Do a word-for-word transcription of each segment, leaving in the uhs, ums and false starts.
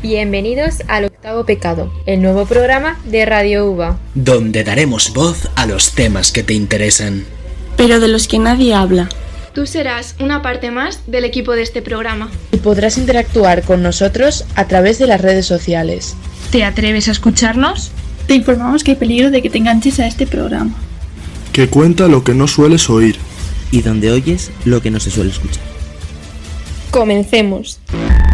Bienvenidos al Octavo Pecado, el nuevo programa de Radio UVA, donde daremos voz a los temas que te interesan, pero de los que nadie habla. Tú serás una parte más del equipo de este programa y podrás interactuar con nosotros a través de las redes sociales. ¿Te atreves a escucharnos? Te informamos que hay peligro de que te enganches a este programa, que cuenta lo que no sueles oír y donde oyes lo que no se suele escuchar. Comencemos.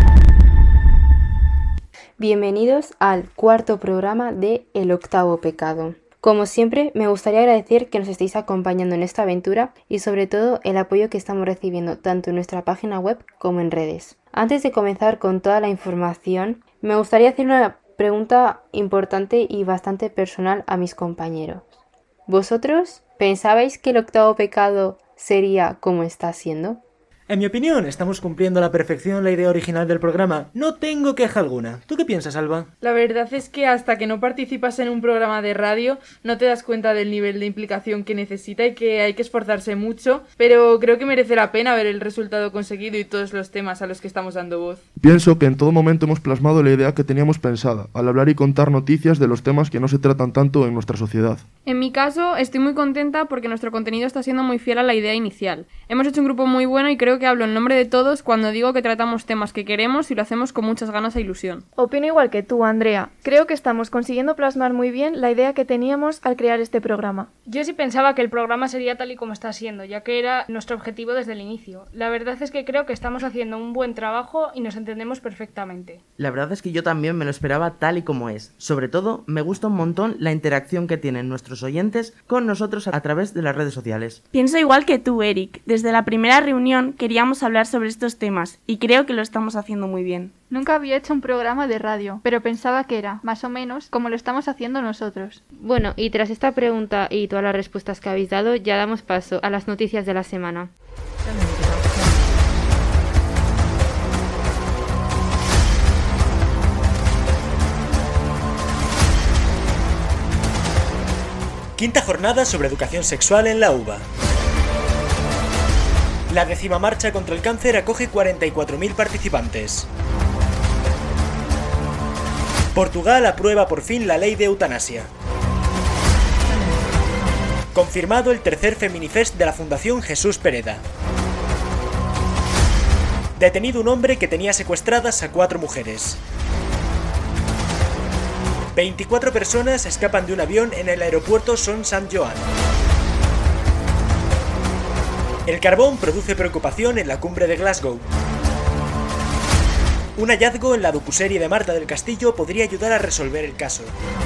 Bienvenidos al cuarto programa de El Octavo Pecado. Como siempre, me gustaría agradecer que nos estéis acompañando en esta aventura y sobre todo el apoyo que estamos recibiendo tanto en nuestra página web como en redes. Antes de comenzar con toda la información, me gustaría hacer una pregunta importante y bastante personal a mis compañeros. ¿Vosotros pensabais que el octavo pecado sería como está siendo? En mi opinión, estamos cumpliendo a la perfección la idea original del programa. No tengo queja alguna. ¿Tú qué piensas, Alba? La verdad es que hasta que no participas en un programa de radio, no te das cuenta del nivel de implicación que necesita y que hay que esforzarse mucho, pero creo que merece la pena ver el resultado conseguido y todos los temas a los que estamos dando voz. Pienso que en todo momento hemos plasmado la idea que teníamos pensada, al hablar y contar noticias de los temas que no se tratan tanto en nuestra sociedad. En mi caso, estoy muy contenta porque nuestro contenido está siendo muy fiel a la idea inicial. Hemos hecho un grupo muy bueno y creo que hablo en nombre de todos cuando digo que tratamos temas que queremos y lo hacemos con muchas ganas e ilusión. Opino igual que tú, Andrea. Creo que estamos consiguiendo plasmar muy bien la idea que teníamos al crear este programa. Yo sí pensaba que el programa sería tal y como está siendo, ya que era nuestro objetivo desde el inicio. La verdad es que creo que estamos haciendo un buen trabajo y nos entendemos perfectamente. La verdad es que yo también me lo esperaba tal y como es. Sobre todo, me gusta un montón la interacción que tienen nuestros oyentes con nosotros a través de las redes sociales. Pienso igual que tú, Eric. Desde la primera reunión queríamos hablar sobre estos temas y creo que lo estamos haciendo muy bien. Nunca había hecho un programa de radio, pero pensaba que era, más o menos, como lo estamos haciendo nosotros. Bueno, y tras esta pregunta y todas las respuestas que habéis dado, ya damos paso a las noticias de la semana. Quinta jornada sobre educación sexual en la UVA. La décima marcha contra el cáncer acoge cuarenta y cuatro mil participantes. Portugal aprueba por fin la ley de eutanasia. Confirmado el tercer Feminifest de la Fundación Jesús Pereda. Detenido un hombre que tenía secuestradas a cuatro mujeres. veinticuatro personas escapan de un avión en el aeropuerto Son Sant Joan. El carbón produce preocupación en la cumbre de Glasgow. Un hallazgo en la docuserie de Marta del Castillo podría ayudar a resolver el caso.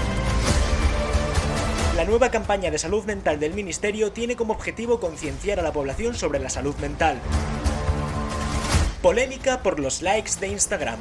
La nueva campaña de salud mental del Ministerio tiene como objetivo concienciar a la población sobre la salud mental. Polémica por los likes de Instagram.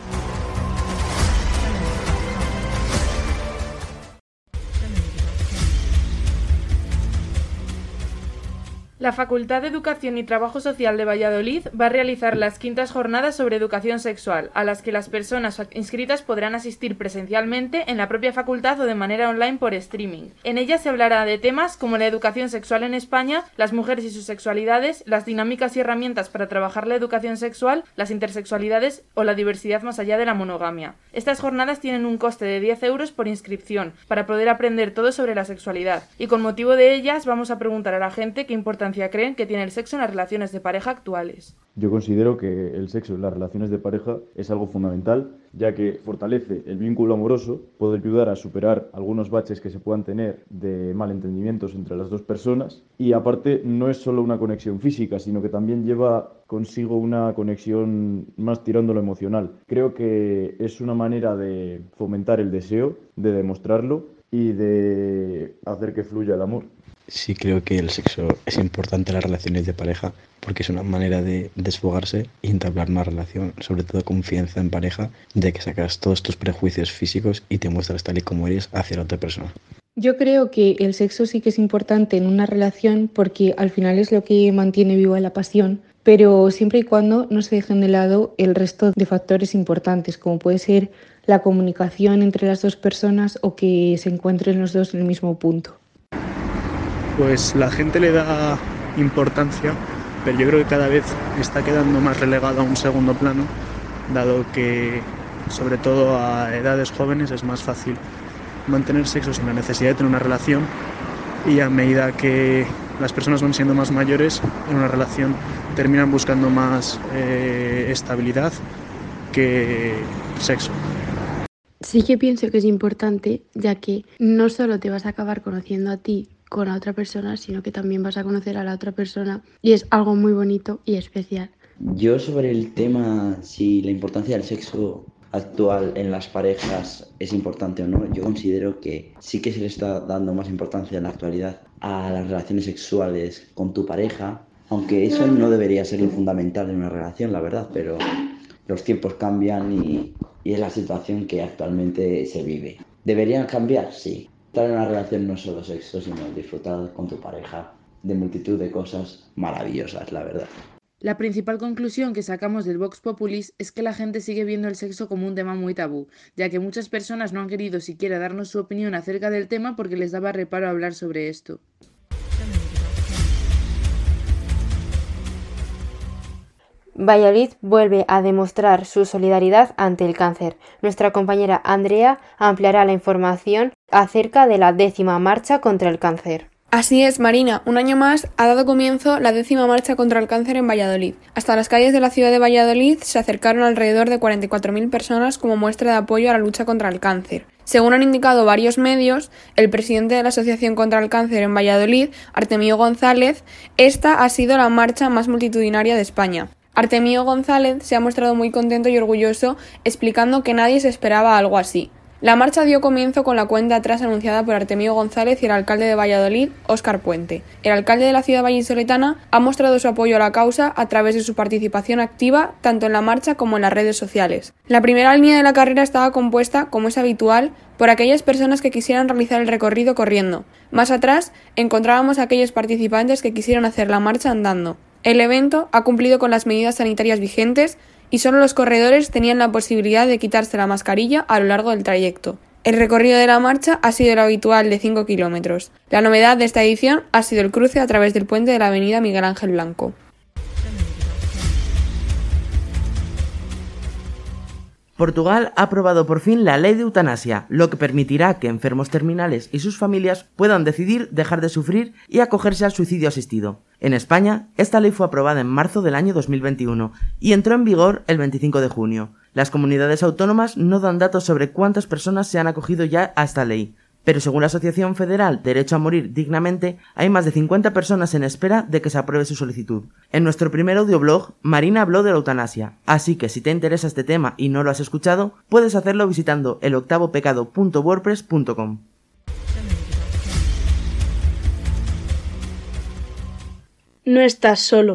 La Facultad de Educación y Trabajo Social de Valladolid va a realizar las quintas jornadas sobre educación sexual, a las que las personas inscritas podrán asistir presencialmente en la propia facultad o de manera online por streaming. En ellas se hablará de temas como la educación sexual en España, las mujeres y sus sexualidades, las dinámicas y herramientas para trabajar la educación sexual, las intersexualidades o la diversidad más allá de la monogamia. Estas jornadas tienen un coste de diez euros por inscripción, para poder aprender todo sobre la sexualidad, y con motivo de ellas vamos a preguntar a la gente qué importancia creen que tiene el sexo en las relaciones de pareja actuales. Yo considero que el sexo en las relaciones de pareja es algo fundamental, ya que fortalece el vínculo amoroso, puede ayudar a superar algunos baches que se puedan tener de malentendimientos entre las dos personas, y aparte no es solo una conexión física, sino que también lleva consigo una conexión más tirando lo emocional. Creo que es una manera de fomentar el deseo, de demostrarlo y de hacer que fluya el amor. Sí, creo que el sexo es importante en las relaciones de pareja porque es una manera de desfogarse y entablar una relación, sobre todo confianza en pareja, ya que sacas todos tus prejuicios físicos y te muestras tal y como eres hacia la otra persona. Yo creo que el sexo sí que es importante en una relación porque al final es lo que mantiene viva la pasión, pero siempre y cuando no se dejen de lado el resto de factores importantes, como puede ser la comunicación entre las dos personas o que se encuentren los dos en el mismo punto. Pues la gente le da importancia, pero yo creo que cada vez está quedando más relegado a un segundo plano, dado que sobre todo a edades jóvenes, es más fácil mantener sexo sin la necesidad de tener una relación, y a medida que las personas van siendo más mayores en una relación terminan buscando más eh, estabilidad que sexo. Sí que pienso que es importante, ya que no solo te vas a acabar conociendo a ti con la otra persona, sino que también vas a conocer a la otra persona, y es algo muy bonito y especial. Yo sobre el tema si la importancia del sexo actual en las parejas es importante o no, yo considero que sí que se le está dando más importancia en la actualidad a las relaciones sexuales con tu pareja, aunque eso no debería ser lo fundamental en una relación, la verdad, pero los tiempos cambian y, y es la situación que actualmente se vive. ¿Deberían cambiar? Sí. Estar en una relación no es solo sexo, sino disfrutar con tu pareja de multitud de cosas maravillosas, la verdad. La principal conclusión que sacamos del Vox Populis es que la gente sigue viendo el sexo como un tema muy tabú, ya que muchas personas no han querido siquiera darnos su opinión acerca del tema porque les daba reparo hablar sobre esto. Valladolid vuelve a demostrar su solidaridad ante el cáncer. Nuestra compañera Andrea ampliará la información acerca de la décima marcha contra el cáncer. Así es, Marina. Un año más ha dado comienzo la décima marcha contra el cáncer en Valladolid. Hasta las calles de la ciudad de Valladolid se acercaron alrededor de cuarenta y cuatro mil personas como muestra de apoyo a la lucha contra el cáncer. Según han indicado varios medios, el presidente de la Asociación contra el Cáncer en Valladolid, Artemio González, esta ha sido la marcha más multitudinaria de España. Artemio González se ha mostrado muy contento y orgulloso, explicando que nadie se esperaba algo así. La marcha dio comienzo con la cuenta atrás anunciada por Artemio González y el alcalde de Valladolid, Óscar Puente. El alcalde de la ciudad vallisoletana ha mostrado su apoyo a la causa a través de su participación activa tanto en la marcha como en las redes sociales. La primera línea de la carrera estaba compuesta, como es habitual, por aquellas personas que quisieran realizar el recorrido corriendo. Más atrás encontrábamos a aquellos participantes que quisieran hacer la marcha andando. El evento ha cumplido con las medidas sanitarias vigentes y solo los corredores tenían la posibilidad de quitarse la mascarilla a lo largo del trayecto. El recorrido de la marcha ha sido el habitual de cinco kilómetros. La novedad de esta edición ha sido el cruce a través del puente de la avenida Miguel Ángel Blanco. Portugal ha aprobado por fin la ley de eutanasia, lo que permitirá que enfermos terminales y sus familias puedan decidir dejar de sufrir y acogerse al suicidio asistido. En España, esta ley fue aprobada en marzo del año dos mil veintiuno y entró en vigor el veinticinco de junio. Las comunidades autónomas no dan datos sobre cuántas personas se han acogido ya a esta ley, pero según la Asociación Federal Derecho a Morir Dignamente, hay más de cincuenta personas en espera de que se apruebe su solicitud. En nuestro primer audioblog, Marina habló de la eutanasia, así que si te interesa este tema y no lo has escuchado, puedes hacerlo visitando el octavo pecado punto wordpress punto com. No estás solo.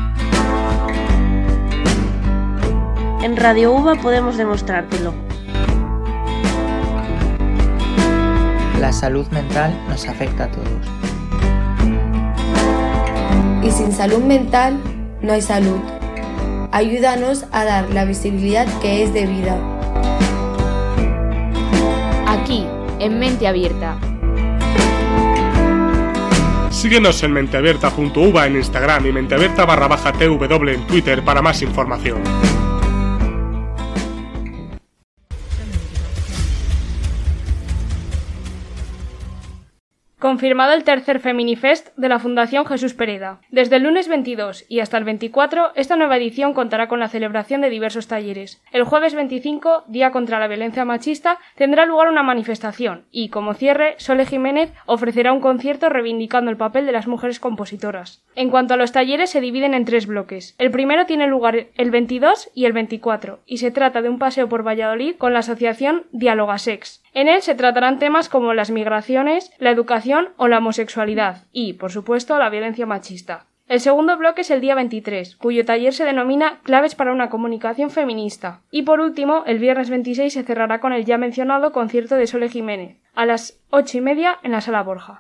En Radio Uva podemos demostrártelo. La salud mental nos afecta a todos. Y sin salud mental no hay salud. Ayúdanos a dar la visibilidad que es debida. Aquí, en Mente Abierta. Síguenos en Mente Abierta punto uva en Instagram y Mente Abierta barra baja T W en Twitter para más información. Confirmado el tercer Feminifest de la Fundación Jesús Pereda. Desde el lunes veintidós y hasta el veinticuatro, esta nueva edición contará con la celebración de diversos talleres. El jueves veinticinco, Día contra la Violencia Machista, tendrá lugar una manifestación y, como cierre, Sole Jiménez ofrecerá un concierto reivindicando el papel de las mujeres compositoras. En cuanto a los talleres, se dividen en tres bloques. El primero tiene lugar el veintidós y el veinticuatro, y se trata de un paseo por Valladolid con la asociación Dialogasex. En él se tratarán temas como las migraciones, la educación o la homosexualidad y, por supuesto, la violencia machista. El segundo bloque es el día veintitrés, cuyo taller se denomina Claves para una comunicación feminista. Y por último, el viernes veintiséis se cerrará con el ya mencionado concierto de Sole Jiménez, a las ocho y media en la Sala Borja.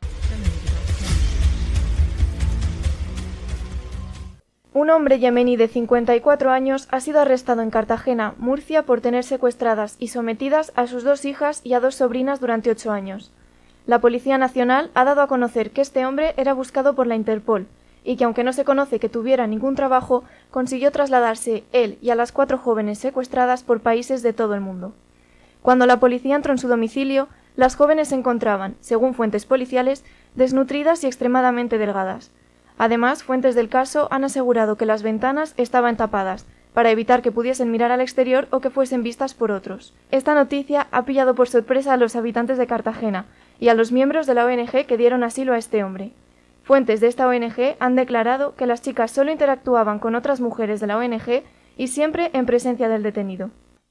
Un hombre yemení de cincuenta y cuatro años ha sido arrestado en Cartagena, Murcia, por tener secuestradas y sometidas a sus dos hijas y a dos sobrinas durante ocho años. La Policía Nacional ha dado a conocer que este hombre era buscado por la Interpol y que aunque no se conoce que tuviera ningún trabajo, consiguió trasladarse él y a las cuatro jóvenes secuestradas por países de todo el mundo. Cuando la policía entró en su domicilio, las jóvenes se encontraban, según fuentes policiales, desnutridas y extremadamente delgadas. Además, fuentes del caso han asegurado que las ventanas estaban tapadas, para evitar que pudiesen mirar al exterior o que fuesen vistas por otros. Esta noticia ha pillado por sorpresa a los habitantes de Cartagena y a los miembros de la O N G que dieron asilo a este hombre. Fuentes de esta O N G han declarado que las chicas solo interactuaban con otras mujeres de la O N G y siempre en presencia del detenido.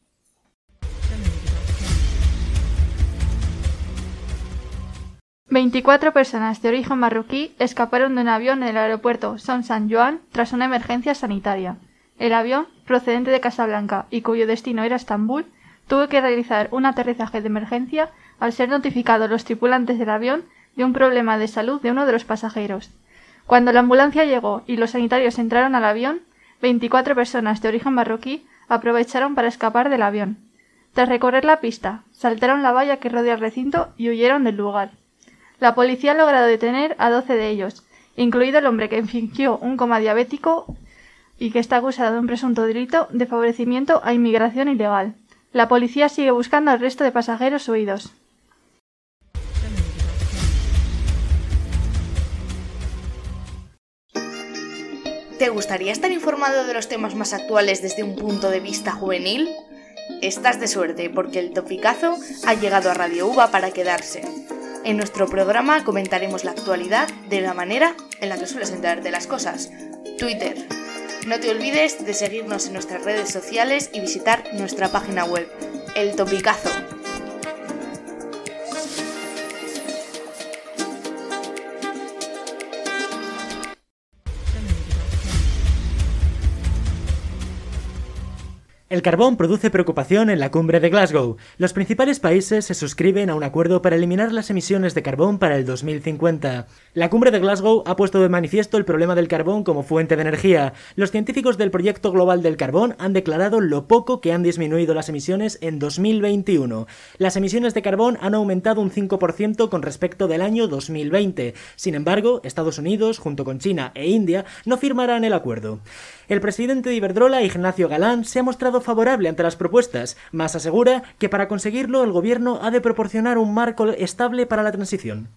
veinticuatro personas de origen marroquí escaparon de un avión en el aeropuerto Son San Joan tras una emergencia sanitaria. El avión, procedente de Casablanca y cuyo destino era Estambul, tuvo que realizar un aterrizaje de emergencia al ser notificados los tripulantes del avión de un problema de salud de uno de los pasajeros. Cuando la ambulancia llegó y los sanitarios entraron al avión, veinticuatro personas de origen marroquí aprovecharon para escapar del avión. Tras recorrer la pista, saltaron la valla que rodea el recinto y huyeron del lugar. La policía ha logrado detener a doce de ellos, incluido el hombre que fingió un coma diabético y que está acusado de un presunto delito de favorecimiento a inmigración ilegal. La policía sigue buscando al resto de pasajeros huidos. ¿Te gustaría estar informado de los temas más actuales desde un punto de vista juvenil? Estás de suerte porque el Topicazo ha llegado a Radio Uva para quedarse. En nuestro programa comentaremos la actualidad de la manera en la que sueles enterarte de las cosas. Twitter. No te olvides de seguirnos en nuestras redes sociales y visitar nuestra página web, El Topicazo. El carbón produce preocupación en la cumbre de Glasgow. Los principales países se suscriben a un acuerdo para eliminar las emisiones de carbón para el dos mil cincuenta. La cumbre de Glasgow ha puesto de manifiesto el problema del carbón como fuente de energía. Los científicos del Proyecto Global del Carbón han declarado lo poco que han disminuido las emisiones en dos mil veintiuno. Las emisiones de carbón han aumentado un cinco por ciento con respecto del año dos mil veinte. Sin embargo, Estados Unidos, junto con China e India, no firmarán el acuerdo. El presidente de Iberdrola, Ignacio Galán, se ha mostrado favorable ante las propuestas, mas asegura que para conseguirlo el gobierno ha de proporcionar un marco estable para la transición.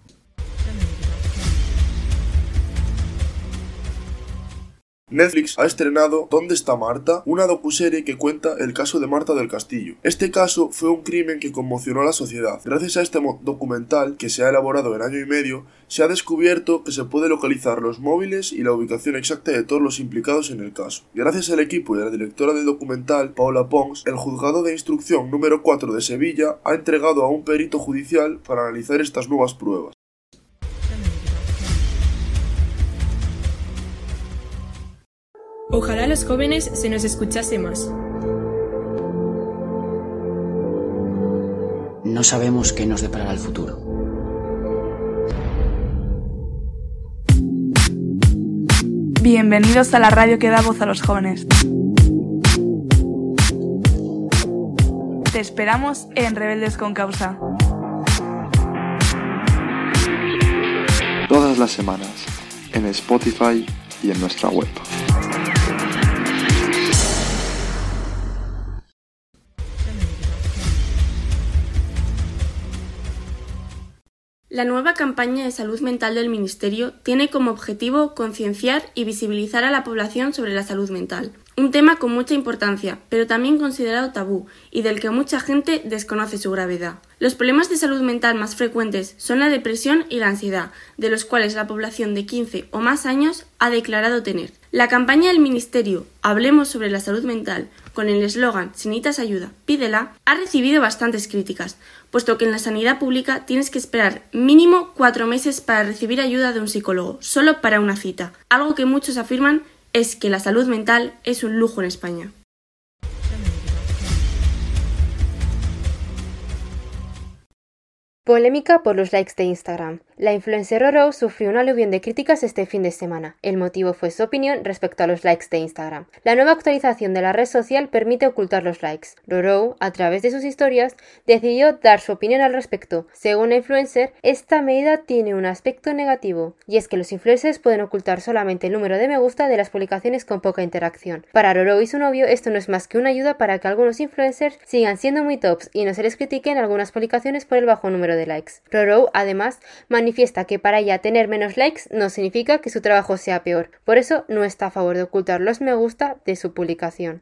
Netflix ha estrenado ¿Dónde está Marta?, una docuserie que cuenta el caso de Marta del Castillo. Este caso fue un crimen que conmocionó a la sociedad. Gracias a este documental, que se ha elaborado en año y medio, se ha descubierto que se puede localizar los móviles y la ubicación exacta de todos los implicados en el caso. Gracias al equipo y a la directora del documental, Paula Pons, el juzgado de instrucción número cuatro de Sevilla ha entregado a un perito judicial para analizar estas nuevas pruebas. Ojalá los jóvenes se nos escuchase más. No sabemos qué nos deparará el futuro. Bienvenidos a la radio que da voz a los jóvenes. Te esperamos en Rebeldes con Causa. Todas las semanas, en Spotify y en nuestra web. La nueva campaña de salud mental del Ministerio tiene como objetivo concienciar y visibilizar a la población sobre la salud mental, un tema con mucha importancia, pero también considerado tabú y del que mucha gente desconoce su gravedad. Los problemas de salud mental más frecuentes son la depresión y la ansiedad, de los cuales la población de quince o más años ha declarado tener. La campaña del Ministerio Hablemos sobre la salud mental, con el eslogan Si necesitas ayuda, pídela, ha recibido bastantes críticas, puesto que en la sanidad pública tienes que esperar mínimo cuatro meses para recibir ayuda de un psicólogo, solo para una cita. Algo que muchos afirman es que la salud mental es un lujo en España. Polémica por los likes de Instagram. La influencer Roro sufrió un aluvión de críticas este fin de semana. El motivo fue su opinión respecto a los likes de Instagram. La nueva actualización de la red social permite ocultar los likes. Roro, a través de sus historias, decidió dar su opinión al respecto. Según la influencer, esta medida tiene un aspecto negativo, y es que los influencers pueden ocultar solamente el número de me gusta de las publicaciones con poca interacción. Para Roro y su novio, esto no es más que una ayuda para que algunos influencers sigan siendo muy tops y no se les critiquen algunas publicaciones por el bajo número de likes. Roro, además, manifiesta que para ella tener menos likes no significa que su trabajo sea peor. Por eso no está a favor de ocultar los me gusta de su publicación.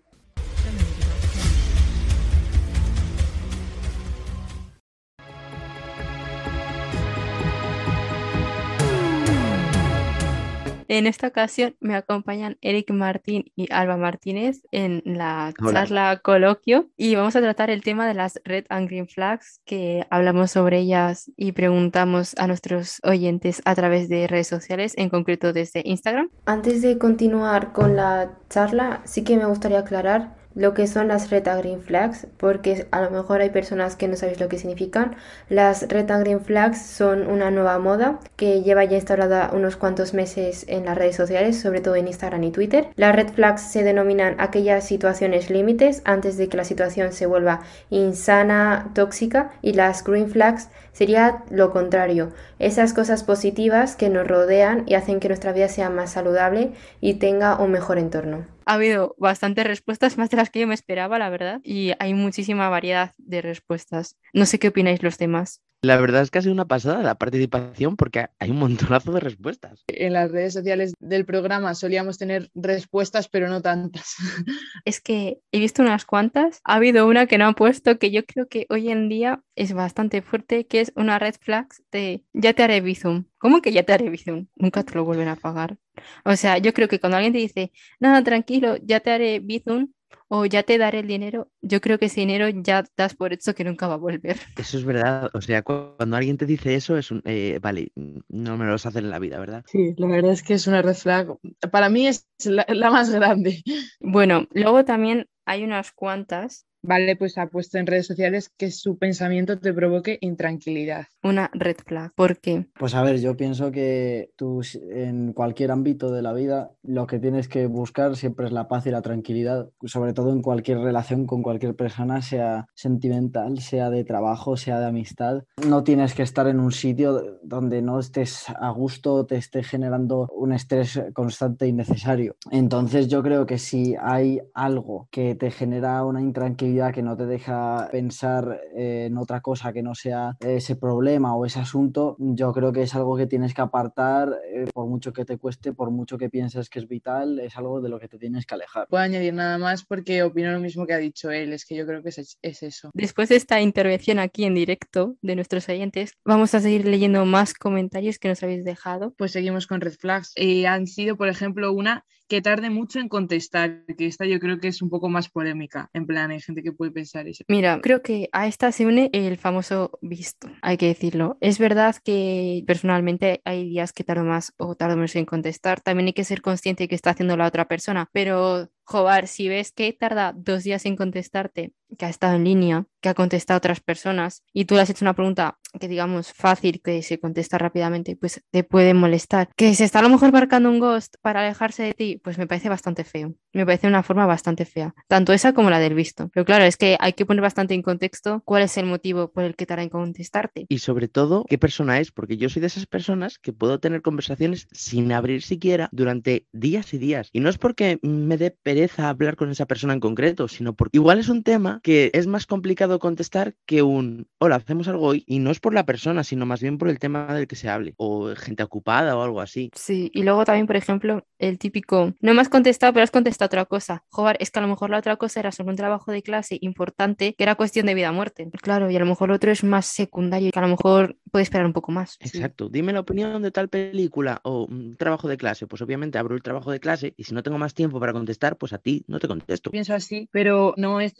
En esta ocasión me acompañan Eric Martín y Alba Martínez en la Hola. charla coloquio y vamos a tratar el tema de las Red and Green Flags, que hablamos sobre ellas y preguntamos a nuestros oyentes a través de redes sociales, en concreto desde Instagram. Antes de continuar con la charla, sí que me gustaría aclarar lo que son las Red and Green Flags, porque a lo mejor hay personas que no sabéis lo que significan. Las Red and Green Flags son una nueva moda que lleva ya instalada unos cuantos meses en las redes sociales, sobre todo en Instagram y Twitter. Las Red Flags se denominan aquellas situaciones límites antes de que la situación se vuelva insana, tóxica, y las Green Flags sería lo contrario, esas cosas positivas que nos rodean y hacen que nuestra vida sea más saludable y tenga un mejor entorno. Ha habido bastantes respuestas, más de las que yo me esperaba, la verdad, y hay muchísima variedad de respuestas. No sé qué opináis los demás. La verdad es que ha sido una pasada la participación porque hay un montonazo de respuestas. En las redes sociales del programa solíamos tener respuestas, pero no tantas. Es que he visto unas cuantas. Ha habido una que no han puesto que yo creo que hoy en día es bastante fuerte, que es una red flag de ya te haré bizum. ¿Cómo que ya te haré bizum? Nunca te lo vuelven a pagar. O sea, yo creo que cuando alguien te dice, nada, tranquilo, ya te haré bizum, o ya te daré el dinero, yo creo que ese dinero ya das por hecho que nunca va a volver. Eso es verdad, o sea, cuando alguien te dice eso, es un, eh, vale, no me lo vas a hacer en la vida, ¿verdad? Sí, la verdad es que es una red flag. Para mí es la, la más grande. Bueno, luego también hay unas cuantas. Vale, pues ha puesto en redes sociales que su pensamiento te provoque intranquilidad. Una red flag, ¿por qué? Pues a ver, yo pienso que tú en cualquier ámbito de la vida lo que tienes que buscar siempre es la paz y la tranquilidad, sobre todo en cualquier relación con cualquier persona, sea sentimental, sea de trabajo, sea de amistad. No tienes que estar en un sitio donde no estés a gusto, te esté generando un estrés constante e innecesario. Entonces yo creo que si hay algo que te genera una intranquilidad, que no te deja pensar eh, en otra cosa que no sea ese problema o ese asunto, yo creo que es algo que tienes que apartar, eh, por mucho que te cueste, por mucho que pienses que es vital, es algo de lo que te tienes que alejar. Puedo añadir nada más porque opino lo mismo que ha dicho él, es que yo creo que es, es eso. Después de esta intervención aquí en directo de nuestros oyentes, vamos a seguir leyendo más comentarios que nos habéis dejado. Pues seguimos con red flags. Eh, han sido, por ejemplo, una que tarde mucho en contestar, que esta yo creo que es un poco más polémica, en plan, hay gente que puede pensar eso. Mira, creo que a esta se une el famoso visto, hay que decirlo. Es verdad que personalmente hay días que tardo más o tardo menos en contestar, también hay que ser consciente de que está haciendo la otra persona, pero joder, si ves que tarda dos días en contestarte, que ha estado en línea, que ha contestado a otras personas y tú le has hecho una pregunta que digamos fácil, que se contesta rápidamente, pues te puede molestar. Que se está a lo mejor marcando un ghost para alejarse de ti, pues me parece bastante feo. Me parece una forma bastante fea. Tanto esa como la del visto. Pero claro, es que hay que poner bastante en contexto cuál es el motivo por el que tarda en contestarte. Y sobre todo, qué persona es, porque yo soy de esas personas que puedo tener conversaciones sin abrir siquiera durante días y días. Y no es porque me dé pereza hablar con esa persona en concreto, sino porque igual es un tema que es más complicado contestar que un hola, hacemos algo hoy, y no es por la persona, sino más bien por el tema del que se hable, o gente ocupada o algo así. Sí, y luego también, por ejemplo, el típico, no me has contestado, pero has contestado otra cosa. Joder, es que a lo mejor la otra cosa era sobre un trabajo de clase importante, que era cuestión de vida o muerte. Claro, y a lo mejor lo otro es más secundario, que a lo mejor puede esperar un poco más. Exacto, sí. Dime la opinión de tal película o un trabajo de clase, pues obviamente abro el trabajo de clase y si no tengo más tiempo para contestar, pues a ti no te contesto. Pienso así, pero no estoy de acuerdo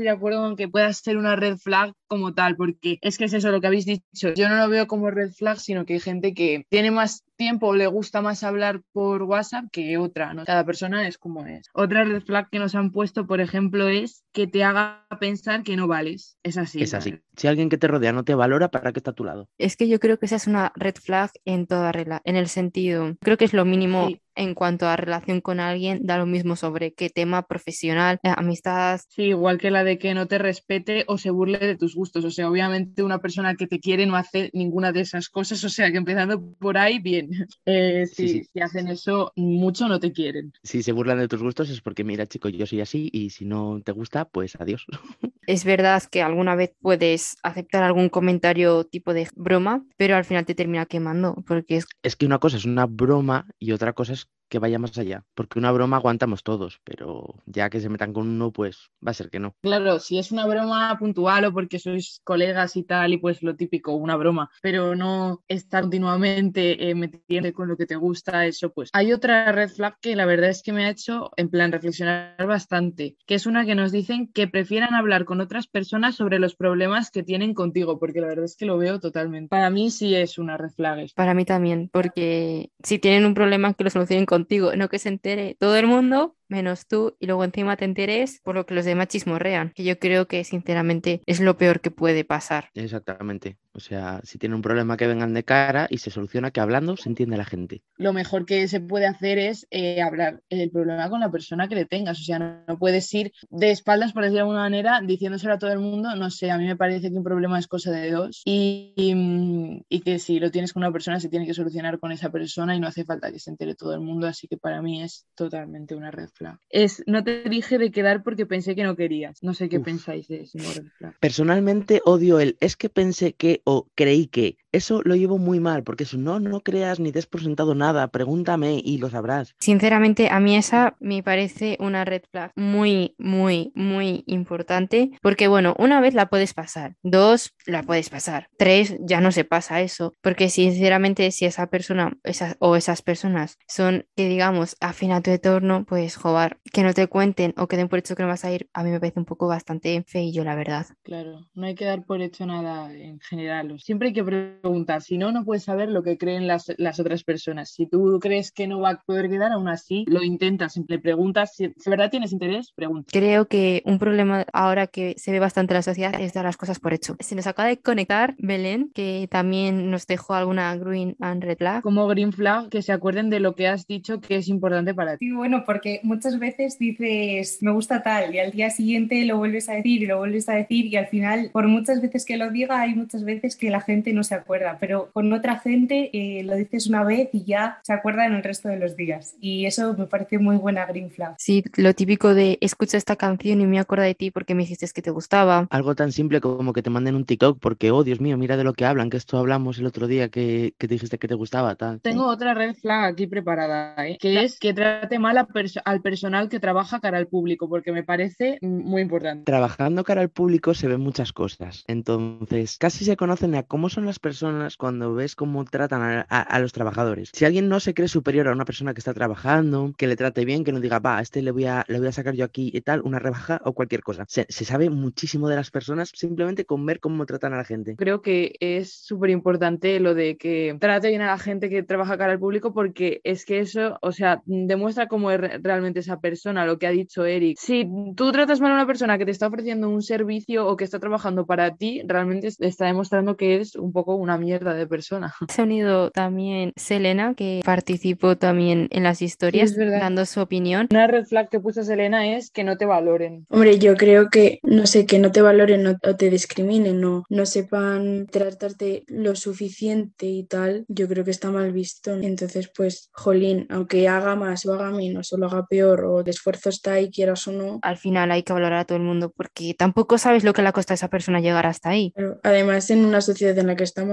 conversación que pueda ser una red flag como tal, porque es que es eso lo que habéis dicho. Yo no lo veo como red flag, sino que hay gente que tiene más tiempo o le gusta más hablar por WhatsApp que otra, ¿no? Cada persona es como es. Otra red flag que nos han puesto, por ejemplo, es que te haga pensar que no vales. Es así. Es así. Si alguien que te rodea no te valora, ¿para qué está a tu lado? Es que yo creo que esa es una red flag en toda regla, en el sentido, creo que es lo mínimo Sí. en cuanto a relación con alguien, da lo mismo sobre qué tema profesional, eh, amistad. Sí, igual que la de que no te respete o se burle de tus gustos. O sea, obviamente una persona que te quiere no hace ninguna de esas cosas. O sea, que empezando por ahí, bien. Eh, Sí, si, sí. si hacen eso, mucho no te quieren. Si se burlan de tus gustos es porque, mira, chico, yo soy así y si no te gusta, pues adiós. Es verdad que alguna vez puedes aceptar algún comentario tipo de broma, pero al final te termina quemando, porque es Es que una cosa es una broma y otra cosa es que vaya más allá. Porque una broma aguantamos todos, pero ya que se metan con uno, pues va a ser que no. Claro, si es una broma puntual o porque sois colegas y tal, y pues lo típico, una broma, pero no estar continuamente eh, metiendo con lo que te gusta, eso pues. Hay otra red flag que la verdad es que me ha hecho en plan reflexionar bastante, que es una que nos dicen que prefieran hablar con otras personas sobre los problemas que tienen contigo, porque la verdad es que lo veo totalmente. Para mí sí es una red flag. para mí también, porque si tienen un problema que lo solucionen contigo, no que se entere todo el mundo menos tú y luego encima te enteres por lo que los demás chismorrean, que yo creo que sinceramente es lo peor que puede pasar. Exactamente. O sea, si tienen un problema que vengan de cara y se soluciona que hablando se entiende la gente. Lo mejor que se puede hacer es eh, hablar el problema con la persona que le tengas. O sea, no, no puedes ir de espaldas, por decirlo de alguna manera, diciéndoselo a todo el mundo. No sé, a mí me parece que un problema es cosa de dos y, y, y que si lo tienes con una persona se tiene que solucionar con esa persona y no hace falta que se entere todo el mundo. Así que para mí es totalmente una red flag. Es, no te dije de quedar porque pensé que no querías. No sé qué Uf. pensáis de ese red flag. Personalmente odio el es que pensé que o creí que. Eso lo llevo muy mal, porque eso no, no creas ni te has presentado nada, pregúntame y lo sabrás. Sinceramente, a mí esa me parece una red flag muy, muy, muy importante, porque bueno, una vez la puedes pasar, dos, la puedes pasar, tres, ya no se pasa eso, porque sinceramente si esa persona esas, o esas personas son, que digamos, afín a tu entorno, pues joder, que no te cuenten o que den por hecho que no vas a ir, a mí me parece un poco bastante feillo, la verdad. Claro, no hay que dar por hecho nada en general. Siempre hay que preguntar, si no, no puedes saber lo que creen las, las otras personas. Si tú crees que no va a poder quedar, aún así lo intentas, le preguntas, si de verdad tienes interés, pregunta. Creo que un problema ahora que se ve bastante en la sociedad es dar las cosas por hecho. Se nos acaba de conectar Belén, que también nos dejó alguna green and red flag. Como green flag, que se acuerden de lo que has dicho que es importante para ti. Sí, bueno, porque muchas veces dices, me gusta tal, y al día siguiente lo vuelves a decir y lo vuelves a decir, y al final, por muchas veces que lo diga, hay muchas veces que la gente no se acuerda, pero con otra gente eh, lo dices una vez y ya se acuerdan el resto de los días, y eso me parece muy buena green flag. Sí, lo típico de escucha esta canción y me acuerdo de ti porque me dijiste que te gustaba. Algo tan simple como que te manden un TikTok porque, oh Dios mío, mira de lo que hablan, que esto hablamos el otro día que, que te dijiste que te gustaba, tal. Tengo otra red flag aquí preparada, ¿eh? Que es que trate mal a perso- al personal que trabaja cara al público, porque me parece muy importante. Trabajando cara al público se ven muchas cosas, entonces casi se conocen a cómo son las personas cuando ves cómo tratan a, a, a los trabajadores. Si alguien no se cree superior a una persona que está trabajando, que le trate bien, que no diga, va, a este le voy a, le voy a sacar yo aquí y tal, una rebaja o cualquier cosa. Se, se sabe muchísimo de las personas simplemente con ver cómo tratan a la gente. Creo que es súper importante lo de que trate bien a la gente que trabaja cara al público, porque es que eso, o sea, demuestra cómo es re- realmente esa persona, lo que ha dicho Eric. Si tú tratas mal a una persona que te está ofreciendo un servicio o que está trabajando para ti, realmente está demostrando que es un poco una mierda de persona. Se ha unido también Selena, que participó también en las historias, Sí, es verdad. dando su opinión. Una red flag que puso Selena es que no te valoren. Hombre, yo creo que, no sé, que no te valoren o, o te discriminen o no sepan tratarte lo suficiente y tal, yo creo que está mal visto. Entonces, pues, jolín, aunque haga más o haga menos o lo haga peor o el esfuerzo está ahí, quieras o no. Al final hay que valorar a todo el mundo porque tampoco sabes lo que le ha costado a esa persona llegar hasta ahí. Pero además, en una sociedad en la que estamos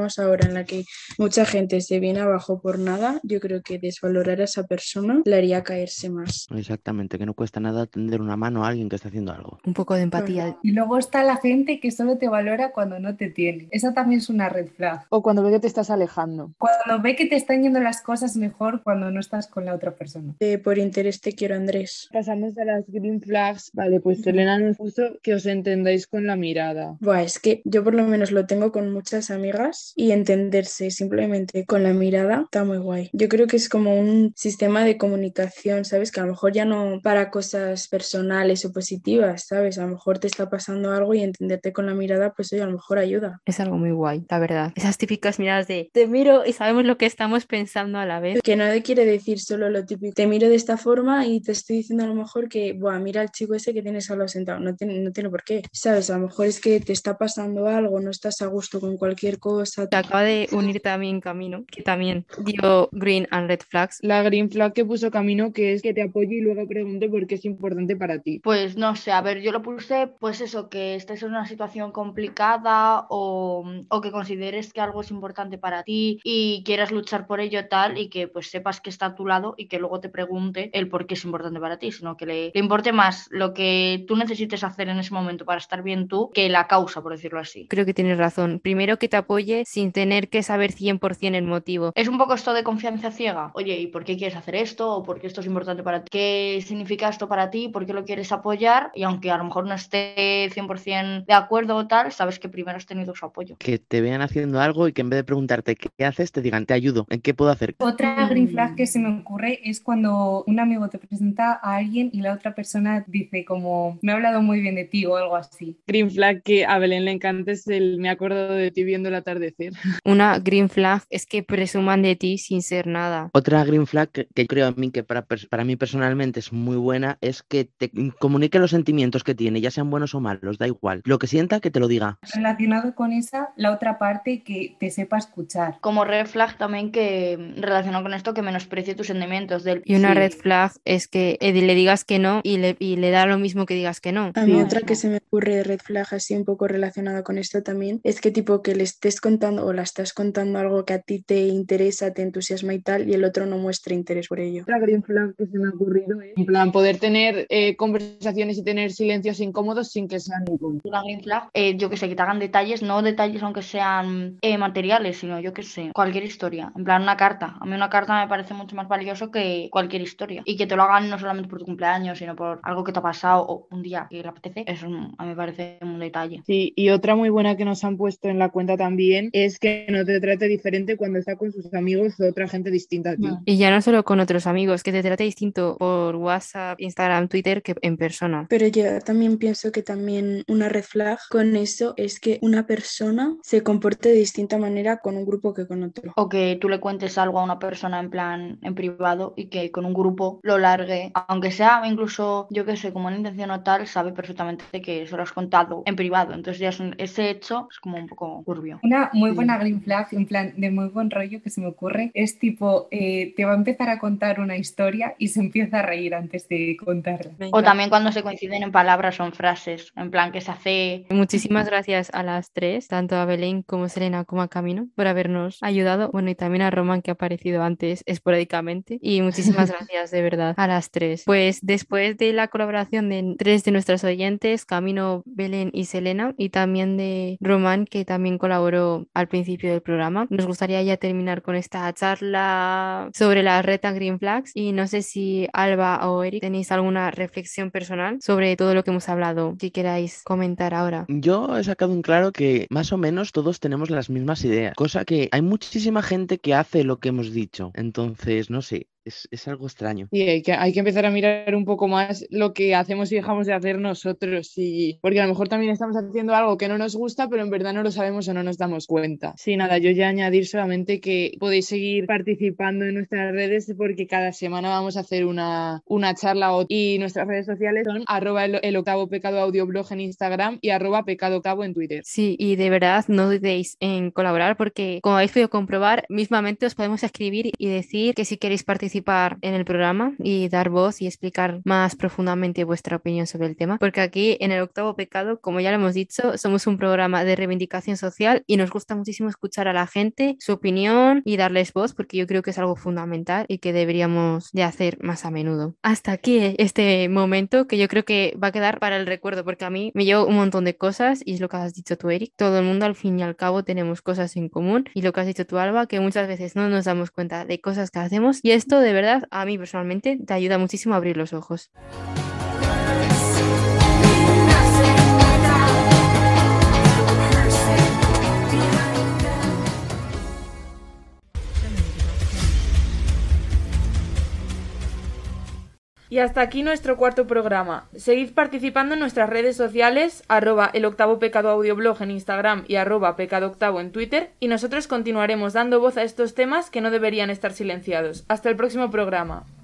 tenemos ahora en la que mucha gente se viene abajo por nada, yo creo que desvalorar a esa persona le haría caerse más. Exactamente, que no cuesta nada tender una mano a alguien que está haciendo algo. Un poco de empatía. Y luego está la gente que solo te valora cuando no te tiene. Esa también es una red flag. O cuando ve que te estás alejando. Cuando ve que te están yendo las cosas mejor cuando no estás con la otra persona. Eh, por interés te quiero, Andrés. Pasamos a las green flags. Vale, pues Elena nos puso que os entendáis con la mirada. Buah, es que yo por lo menos lo tengo con muchas amigas y entenderse simplemente con la mirada está muy guay. Yo creo que es como un sistema de comunicación, ¿sabes? Que a lo mejor ya no para cosas personales o positivas, ¿sabes? A lo mejor te está pasando algo y entenderte con la mirada, pues oye, a lo mejor ayuda. Es algo muy guay, la verdad. Esas típicas miradas de te miro y sabemos lo que estamos pensando a la vez. Que nadie quiere decir solo lo típico. Te miro de esta forma y te estoy diciendo a lo mejor que, buah, mira al chico ese que tienes al lado sentado. No tiene, no tiene por qué, ¿sabes? A lo mejor es que te está pasando algo, no estás a gusto con cualquier cosa. Te acaba de unir también Camino, que también dio green and red flags. La green flag que puso Camino, que es que te apoye y luego pregunte por qué es importante para ti. Pues no sé, a ver, yo lo puse, pues eso, que estés en una situación complicada o, o que consideres que algo es importante para ti y quieras luchar por ello tal y que pues sepas que está a tu lado y que luego te pregunte el por qué es importante para ti, sino que le, le importe más lo que tú necesites hacer en ese momento para estar bien tú que la causa, por decirlo así. Creo que tienes razón. Primero que te apoye sin tener que saber cien por ciento el motivo. Es un poco esto de confianza ciega. Oye, ¿y por qué quieres hacer esto? ¿O por qué esto es importante para ti? ¿Qué significa esto para ti? ¿Por qué lo quieres apoyar? Y aunque a lo mejor no esté cien por ciento de acuerdo o tal, sabes que primero has tenido su apoyo. Que te vean haciendo algo y que en vez de preguntarte qué haces, te digan, te ayudo, ¿en qué puedo hacer? Otra green flag que se me ocurre es cuando un amigo te presenta a alguien y la otra persona dice como, me ha hablado muy bien de ti o algo así. Green flag que a Belén le encanta es el me acuerdo de ti viendo el atardecer. Una green flag es que presuman de ti sin ser nada. Otra green flag que, que creo a mí que para, para mí personalmente es muy buena es que te comunique los sentimientos que tiene, ya sean buenos o malos, da igual. Lo que sienta, que te lo diga. Relacionado con esa, la otra parte que te sepa escuchar. Como red flag también que relacionado con esto que menosprecie tus sentimientos. Del... Y una sí. red flag es que eh, le digas que no y le, y le da lo mismo que digas que no. A mí sí, otra que se me ocurre de red flag así un poco relacionada con esto también es que tipo que le estés contando o la estás contando algo que a ti te interesa, te entusiasma y tal y el otro no muestra interés por ello. Otra green flag que se me ha ocurrido es en plan poder tener eh, conversaciones y tener silencios incómodos sin que sean incómodos. Una green flag, eh, yo que sé, que te hagan detalles, no detalles aunque sean eh, materiales, sino yo que sé, cualquier historia, en plan una carta. A mí una carta me parece mucho más valioso que cualquier historia y que te lo hagan no solamente por tu cumpleaños, sino por algo que te ha pasado o un día que le apetece, eso a mí me parece un detalle. Sí, y otra muy buena que nos han puesto en la cuenta también es que no te trate diferente cuando está con sus amigos o otra gente distinta a ti. No. Y ya no solo con otros amigos, que te trate distinto por WhatsApp, Instagram, Twitter que en persona. Pero yo también pienso que también una red flag con eso es que una persona se comporte de distinta manera con un grupo que con otro. O que tú le cuentes algo a una persona en plan en privado y que con un grupo lo largue, aunque sea incluso, yo qué sé, como una intención o tal, sabe perfectamente que se lo has contado en privado. Entonces ya es un, ese hecho es como un poco turbio. Una muy buena green flag, en plan de muy buen rollo que se me ocurre, es tipo, eh, te va a empezar a contar una historia y se empieza a reír antes de contarla. O también cuando se coinciden en palabras o en frases, en plan que se hace... Muchísimas gracias a las tres, tanto a Belén como a Selena como a Camino, por habernos ayudado. Bueno, y también a Román, que ha aparecido antes esporádicamente. Y muchísimas gracias de verdad a las tres. Pues después de la colaboración de tres de nuestros oyentes, Camino, Belén y Selena, y también de Román, que también colaboró al principio del programa, nos gustaría ya terminar con esta charla sobre las red and green flags. Y no sé si Alba o Eric tenéis alguna reflexión personal sobre todo lo que hemos hablado, si queráis comentar ahora. Yo he sacado en claro que más o menos todos tenemos las mismas ideas, cosa que hay muchísima gente que hace lo que hemos dicho, entonces no sé. Es, es algo extraño. Y hay que, hay que empezar a mirar un poco más lo que hacemos y dejamos de hacer nosotros. Y... porque a lo mejor también estamos haciendo algo que no nos gusta, pero en verdad no lo sabemos o no nos damos cuenta. Sí, nada, yo ya añadir solamente que podéis seguir participando en nuestras redes porque cada semana vamos a hacer una, una charla y nuestras redes sociales son arroba el, el octavo pecado audioblog en Instagram y arroba pecado octavo en Twitter. Sí, y de verdad no dudéis en colaborar porque como habéis podido comprobar, mismamente os podemos escribir y decir que si queréis participar participar en el programa y dar voz y explicar más profundamente vuestra opinión sobre el tema, porque aquí en el Octavo Pecado, como ya lo hemos dicho, somos un programa de reivindicación social y nos gusta muchísimo escuchar a la gente, su opinión y darles voz, porque yo creo que es algo fundamental y que deberíamos de hacer más a menudo. Hasta aquí este momento que yo creo que va a quedar para el recuerdo, porque a mí me llevo un montón de cosas y es lo que has dicho tú, Eric. Todo el mundo al fin y al cabo tenemos cosas en común y lo que has dicho tú, Alba, que muchas veces no nos damos cuenta de cosas que hacemos y esto de verdad a mí personalmente te ayuda muchísimo a abrir los ojos. Y hasta aquí nuestro cuarto programa. Seguid participando en nuestras redes sociales, arroba el octavo pecado audioblog en Instagram y arroba pecado octavo en Twitter, y nosotros continuaremos dando voz a estos temas que no deberían estar silenciados. Hasta el próximo programa.